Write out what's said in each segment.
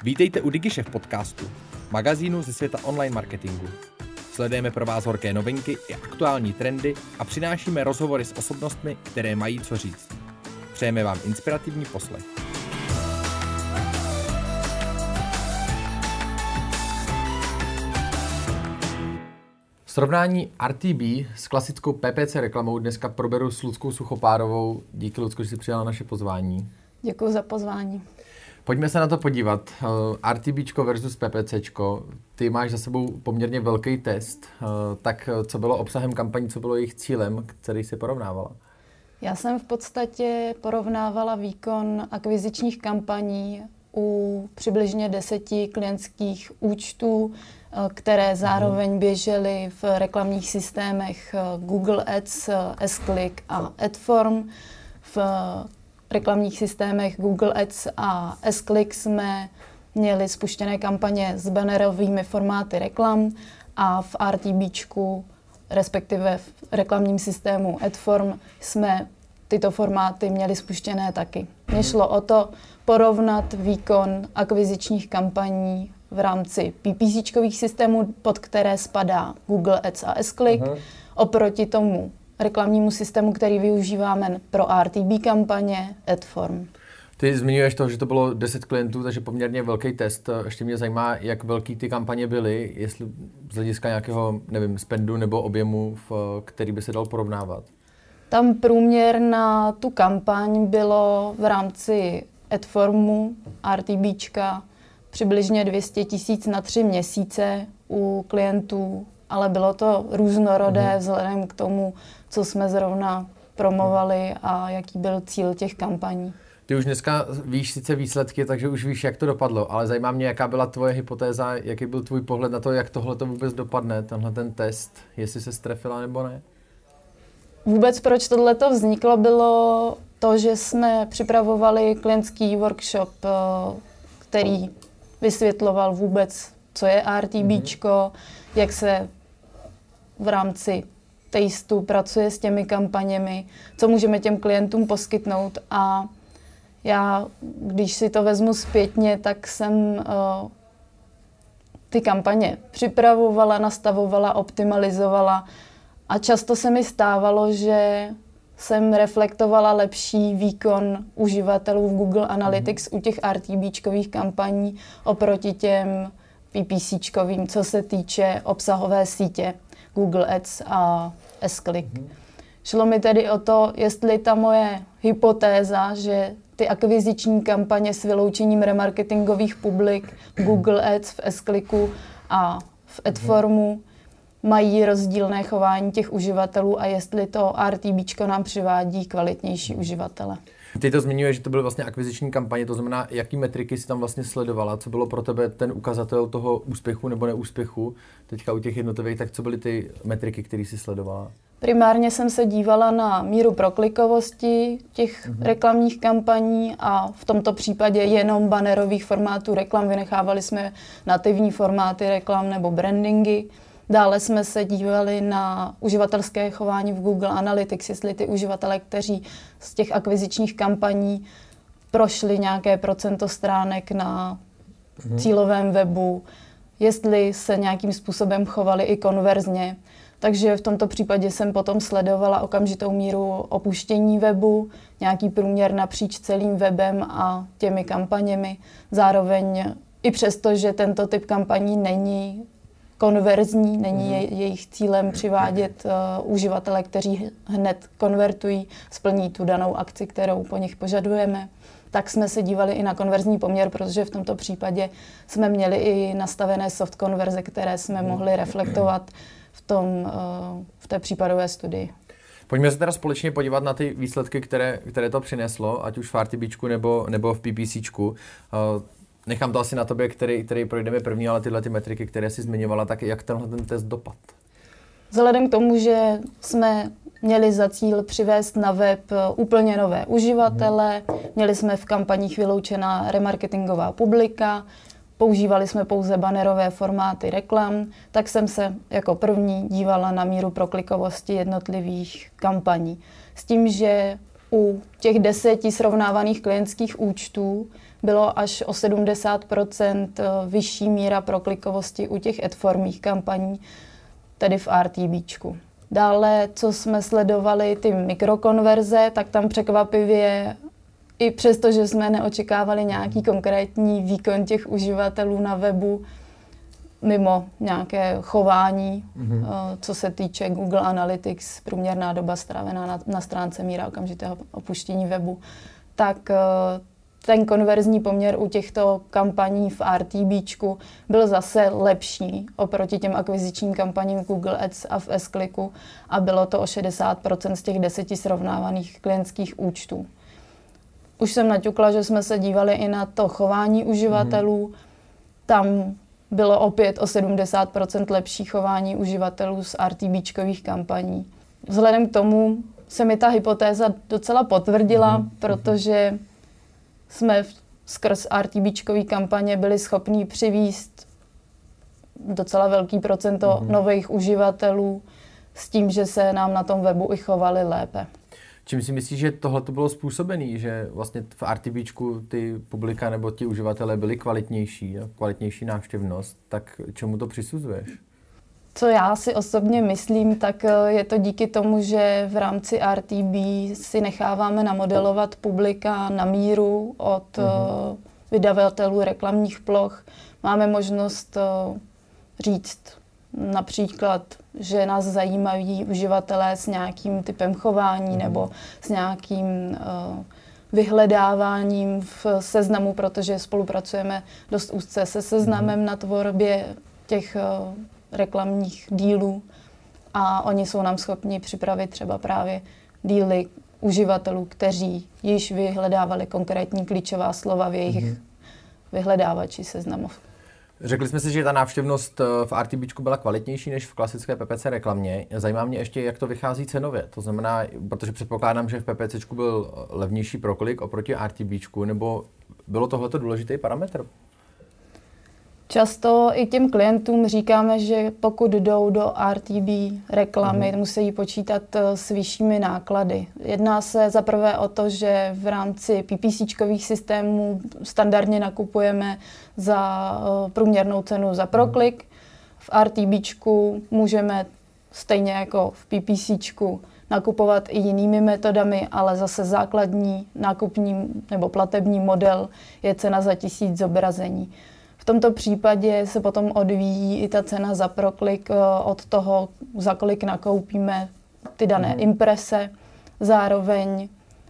Vítejte u DigiShef podcastu, magazínu ze světa online marketingu. Sledujeme pro vás horké novinky i aktuální trendy a přinášíme rozhovory s osobnostmi, které mají co říct. Přejeme vám inspirativní poslech. Srovnání RTB s klasickou PPC reklamou dneska proberu s Luckou Suchopárovou. Díky, Lucko, že jsi přijala naše pozvání. Děkuji za pozvání. Pojďme se na to podívat. RTBčko versus PPCčko. Ty máš za sebou poměrně velký test. Tak co bylo obsahem kampaní, co bylo jejich cílem, který jsi porovnávala? Já jsem v podstatě porovnávala výkon akvizičních kampaní u přibližně 10 klientských účtů, které zároveň běžely v reklamních systémech Google Ads, S-Click a Adform. V reklamních systémech Google Ads a S-Click jsme měli spuštěné kampaně s bannerovými formáty reklam a v RTBčku, respektive v reklamním systému Adform, jsme tyto formáty měli spuštěné taky. Mně šlo o to porovnat výkon akvizičních kampaní v rámci PPCčkových systémů, pod které spadá Google Ads a S-Click, oproti tomu reklamnímu systému, který využíváme pro RTB kampaně, Adform. Ty zmiňuješ to, že to bylo 10 klientů, takže poměrně velký test. Ještě mě zajímá, jak velký ty kampaně byly, jestli z hlediska nějakého, nevím, spendu nebo objemu, který by se dal porovnávat. Tam průměr na tu kampaň bylo v rámci Adformu, RTBčka, přibližně 200 000 na 3 měsíce u klientů, ale bylo to různorodé vzhledem k tomu, co jsme zrovna promovali a jaký byl cíl těch kampaní. Ty už dneska víš sice výsledky, takže už víš, jak to dopadlo, ale zajímá mě, jaká byla tvoje hypotéza, jaký byl tvůj pohled na to, jak tohle to vůbec dopadne, tenhle ten test, jestli se strefila nebo ne? Vůbec proč tohleto vzniklo, bylo to, že jsme připravovali klientský workshop, který vysvětloval vůbec, co je RTBčko, jak se v rámci testu pracuje s těmi kampaněmi, co můžeme těm klientům poskytnout. A já, když si to vezmu zpětně, tak jsem ty kampaně připravovala, nastavovala, optimalizovala a často se mi stávalo, že jsem reflektovala lepší výkon uživatelů v Google Analytics u těch RTBčkových kampaní oproti těm PPCčkovým, co se týče obsahové sítě Google Ads a S-Click. Šlo mi tedy o to, jestli ta moje hypotéza, že ty akviziční kampaně s vyloučením remarketingových publik v Google Ads, v S-Clicku a v Adformu mají rozdílné chování těch uživatelů a jestli to RTBčko nám přivádí kvalitnější uživatele. Ty to zmiňuješ, že to byly vlastně akviziční kampaně, to znamená, jaký metriky si tam vlastně sledovala, co bylo pro tebe ten ukazatel toho úspěchu nebo neúspěchu teďka u těch jednotlivých, tak co byly ty metriky, které si sledovala? Primárně jsem se dívala na míru proklikovosti těch reklamních kampaní a v tomto případě jenom bannerových formátů reklam, vynechávali jsme nativní formáty reklam nebo brandingy. Dále jsme se dívali na uživatelské chování v Google Analytics, jestli ty uživatelé, kteří z těch akvizičních kampaní prošli nějaké procento stránek na cílovém webu, jestli se nějakým způsobem chovali i konverzně. Takže v tomto případě jsem potom sledovala okamžitou míru opuštění webu, nějaký průměr napříč celým webem a těmi kampaněmi. Zároveň i přesto, že tento typ kampaní není konverzní, není jejich cílem přivádět uživatele, kteří hned konvertují, splní tu danou akci, kterou po nich požadujeme. Tak jsme se dívali i na konverzní poměr, protože v tomto případě jsme měli i nastavené soft konverze, které jsme mohli reflektovat v té případové studii. Pojďme se teda společně podívat na ty výsledky, které to přineslo, ať už v RTBčku nebo v PPCčku. Nechám to asi na tobě, který projdeme první, ale tyhle ty metriky, které jsi zmiňovala, tak jak tenhle ten test dopad? Vzhledem k tomu, že jsme měli za cíl přivést na web úplně nové uživatele, měli jsme v kampaních vyloučená remarketingová publika, používali jsme pouze bannerové formáty reklam, tak jsem se jako první dívala na míru proklikovosti jednotlivých kampaní. S tím, že u těch 10 srovnávaných klientských účtů bylo až o 70% vyšší míra proklikovosti u těch adformních kampaní, tedy v RTBčku. Dále, co jsme sledovali, ty mikrokonverze, tak tam překvapivě, i přesto, že jsme neočekávali nějaký konkrétní výkon těch uživatelů na webu, mimo nějaké chování, co se týče Google Analytics, průměrná doba strávená na stránce, míra okamžitého opuštění webu, tak ten konverzní poměr u těchto kampaní v RTBčku byl zase lepší oproti těm akvizičním kampaním Google Ads a v S-Clicku a bylo to o 60% z těch 10 srovnávaných klientských účtů. Už jsem naťukla, že jsme se dívali i na to chování uživatelů. Tam bylo opět o 70% lepší chování uživatelů z RTBčkových kampaní. Vzhledem k tomu se mi ta hypotéza docela potvrdila, protože jsme skrz RTBčkové kampaně byli schopni přivést docela velký procento nových uživatelů s tím, že se nám na tom webu i chovali lépe. Čím si myslíš, že tohle to bylo způsobené, že vlastně v RTBčku ty publika nebo ti uživatelé byli kvalitnější návštěvnost, tak čemu to přisuzuješ? Co já si osobně myslím, tak je to díky tomu, že v rámci RTB si necháváme namodelovat publika na míru od vydavatelů reklamních ploch. Máme možnost říct například, že nás zajímají uživatelé s nějakým typem chování nebo s nějakým vyhledáváním v seznamu, protože spolupracujeme dost úzce se seznamem na tvorbě těch reklamních dílů a oni jsou nám schopni připravit třeba právě díly uživatelů, kteří již vyhledávali konkrétní klíčová slova v jejich vyhledávači seznamu. Řekli jsme si, že ta návštěvnost v RTBčku byla kvalitnější než v klasické PPC reklamě. Zajímá mě ještě, jak to vychází cenově. To znamená, protože předpokládám, že v PPCčku byl levnější proklik oproti RTBčku, nebo bylo tohleto důležitý parametr? Často i těm klientům říkáme, že pokud jdou do RTB reklamy, musí počítat s vyššími náklady. Jedná se zaprvé o to, že v rámci PPCčkových systémů standardně nakupujeme za průměrnou cenu za proklik. V RTBčku můžeme stejně jako v PPCčku nakupovat i jinými metodami, ale zase základní nákupní nebo platební model je cena za 1000 zobrazení. V tomto případě se potom odvíjí i ta cena za proklik od toho, za kolik nakoupíme ty dané imprese. Zároveň,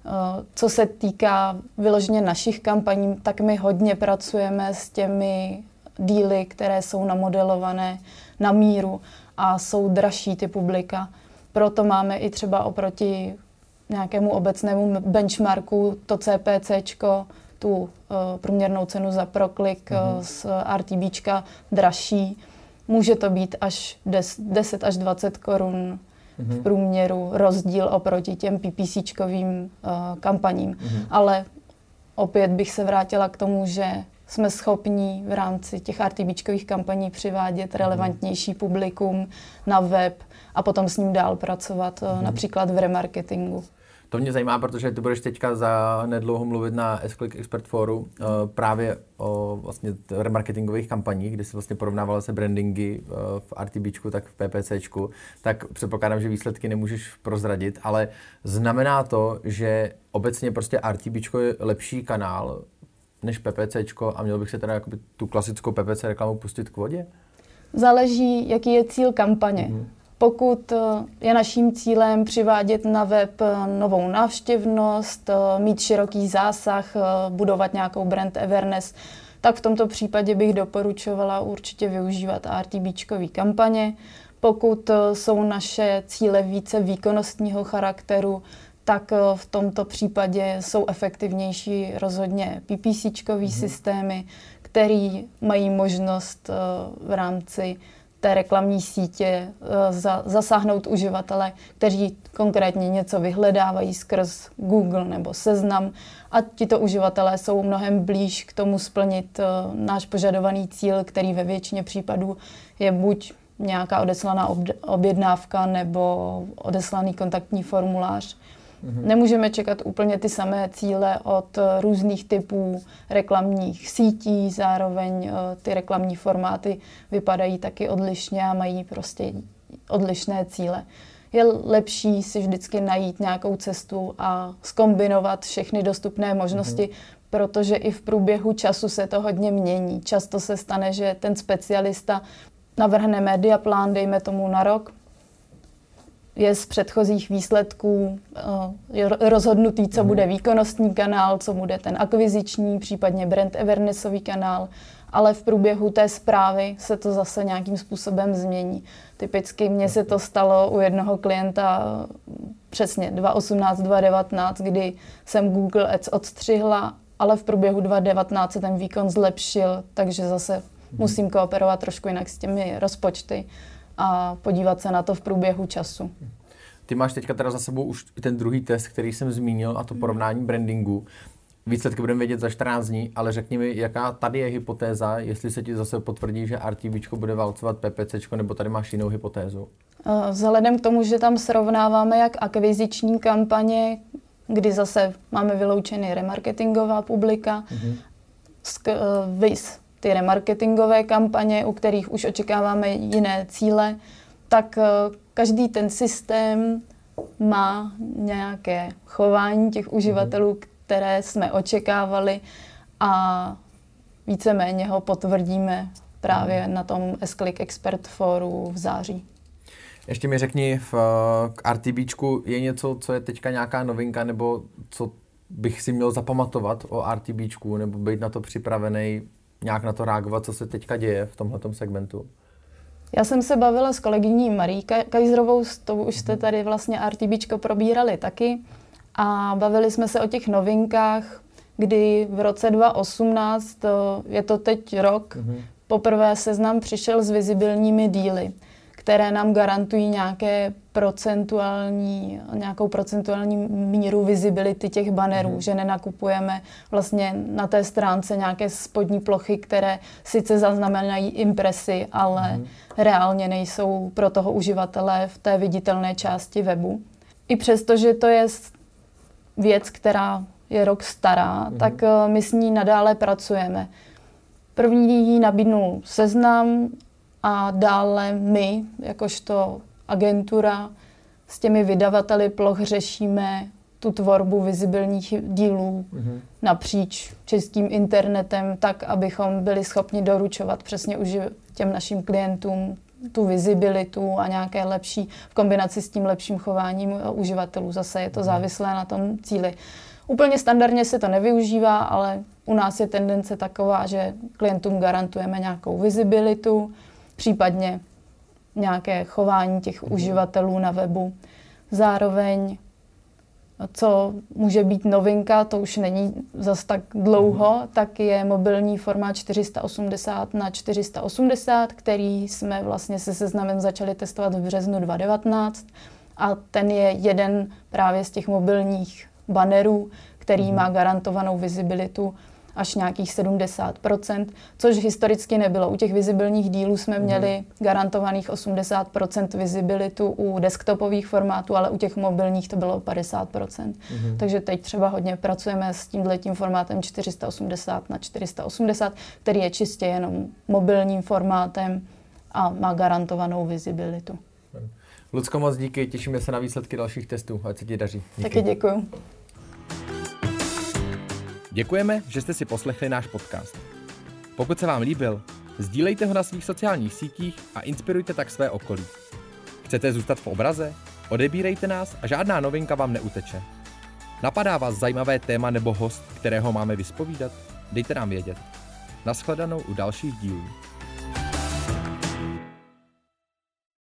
co se týká vyloženě našich kampaní, tak my hodně pracujeme s těmi díly, které jsou namodelované na míru a jsou dražší ty publika. Proto máme i třeba oproti nějakému obecnému benchmarku to CPCčko, tu průměrnou cenu za proklik z RTBčka dražší. Může to být až 10 až 20 korun v průměru rozdíl oproti těm PPCčkovým kampaním. Ale opět bych se vrátila k tomu, že jsme schopni v rámci těch RTBčkových kampaní přivádět relevantnější publikum na web a potom s ním dál pracovat, například v remarketingu. To mě zajímá, protože ty budeš teďka za nedlouho mluvit na S-Click Expert Foru právě o vlastně remarketingových kampaních, kde si vlastně porovnávala se brandingy v RTBčku, tak v PPCčku, tak předpokládám, že výsledky nemůžeš prozradit, ale znamená to, že obecně prostě RTBčko je lepší kanál než PPCčko a měl bych se teda jakoby tu klasickou PPC reklamu pustit k vodě? Záleží, jaký je cíl kampaně. Pokud je naším cílem přivádět na web novou návštěvnost, mít široký zásah, budovat nějakou brand awareness, tak v tomto případě bych doporučovala určitě využívat RTBčkové kampaně. Pokud jsou naše cíle více výkonnostního charakteru, tak v tomto případě jsou efektivnější rozhodně PPCčkové systémy, které mají možnost v rámci té reklamní sítě zasáhnout uživatele, kteří konkrétně něco vyhledávají skrz Google nebo Seznam a tito uživatelé jsou mnohem blíž k tomu splnit náš požadovaný cíl, který ve většině případů je buď nějaká odeslaná objednávka nebo odeslaný kontaktní formulář. Nemůžeme čekat úplně ty samé cíle od různých typů reklamních sítí, zároveň ty reklamní formáty vypadají taky odlišně a mají prostě odlišné cíle. Je lepší si vždycky najít nějakou cestu a zkombinovat všechny dostupné možnosti, protože i v průběhu času se to hodně mění. Často se stane, že ten specialista navrhne mediaplán, dejme tomu na rok, je z předchozích výsledků rozhodnutý, co bude výkonnostní kanál, co bude ten akviziční, případně brand awarenessový kanál, ale v průběhu té zprávy se to zase nějakým způsobem změní. Typicky mně se to stalo u jednoho klienta přesně 2018, 2019, kdy jsem Google Ads odstřihla, ale v průběhu 2019 se ten výkon zlepšil, takže zase musím kooperovat trošku jinak s těmi rozpočty a podívat se na to v průběhu času. Ty máš teďka teda za sebou už ten druhý test, který jsem zmínil, a to porovnání brandingu. Výsledky budeme vědět za 14 dní, ale řekni mi, jaká tady je hypotéza, jestli se ti zase potvrdí, že RTBčko bude válcovat PPCčko, nebo tady máš jinou hypotézu? Vzhledem k tomu, že tam srovnáváme jak akviziční kampaně, kdy zase máme vyloučený remarketingová publika, ty remarketingové kampaně, u kterých už očekáváme jiné cíle, tak každý ten systém má nějaké chování těch uživatelů, které jsme očekávali a víceméně ho potvrdíme právě na tom S-Click Expert Foru v září. Ještě mi řekni, k RTBčku je něco, co je teďka nějaká novinka, nebo co bych si měl zapamatovat o RTBčku, nebo být na to připravený, nějak na to reagovat, co se teďka děje v tomhletom segmentu? Já jsem se bavila s kolegyní Marí Kajzrovou, s tou už jste tady vlastně RTBčko probírali taky a bavili jsme se o těch novinkách, kdy v roce 2018, je to teď rok, poprvé Seznam přišel s vizibilními díly, které nám garantují nějakou procentuální míru visibility těch bannerů, že nenakupujeme vlastně na té stránce nějaké spodní plochy, které sice zaznamenají impresy, ale reálně nejsou pro toho uživatele v té viditelné části webu. I přesto, že to je věc, která je rok stará, tak my s ní nadále pracujeme. První ji nabídnul Seznam a dále my, jakožto agentura, s těmi vydavateli ploch řešíme tu tvorbu vizibilních dílů napříč českým internetem, tak, abychom byli schopni doručovat přesně těm našim klientům tu vizibilitu a nějaké lepší, v kombinaci s tím lepším chováním uživatelů. Zase je to závislé na tom cíli. Úplně standardně se to nevyužívá, ale u nás je tendence taková, že klientům garantujeme nějakou vizibilitu, případně nějaké chování těch uživatelů na webu. Zároveň, co může být novinka, to už není zas tak dlouho, tak je mobilní formát 480x480, který jsme vlastně se Seznamem začali testovat v březnu 2019 a ten je jeden právě z těch mobilních bannerů, který má garantovanou vizibilitu až nějakých 70%, což historicky nebylo. U těch vizibilních dílů jsme měli garantovaných 80% vizibilitu u desktopových formátů, ale u těch mobilních to bylo 50%. Takže teď třeba hodně pracujeme s tímhletím formátem 480x480, který je čistě jenom mobilním formátem a má garantovanou vizibilitu. Lucko, moc díky, těšíme se na výsledky dalších testů, ať se ti daří. Díky. Taky děkuju. Děkujeme, že jste si poslechli náš podcast. Pokud se vám líbil, sdílejte ho na svých sociálních sítích a inspirujte tak své okolí. Chcete zůstat v obraze? Odebírejte nás a žádná novinka vám neuteče. Napadá vás zajímavé téma nebo host, kterého máme vyspovídat? Dejte nám vědět. Nashledanou u dalších dílů.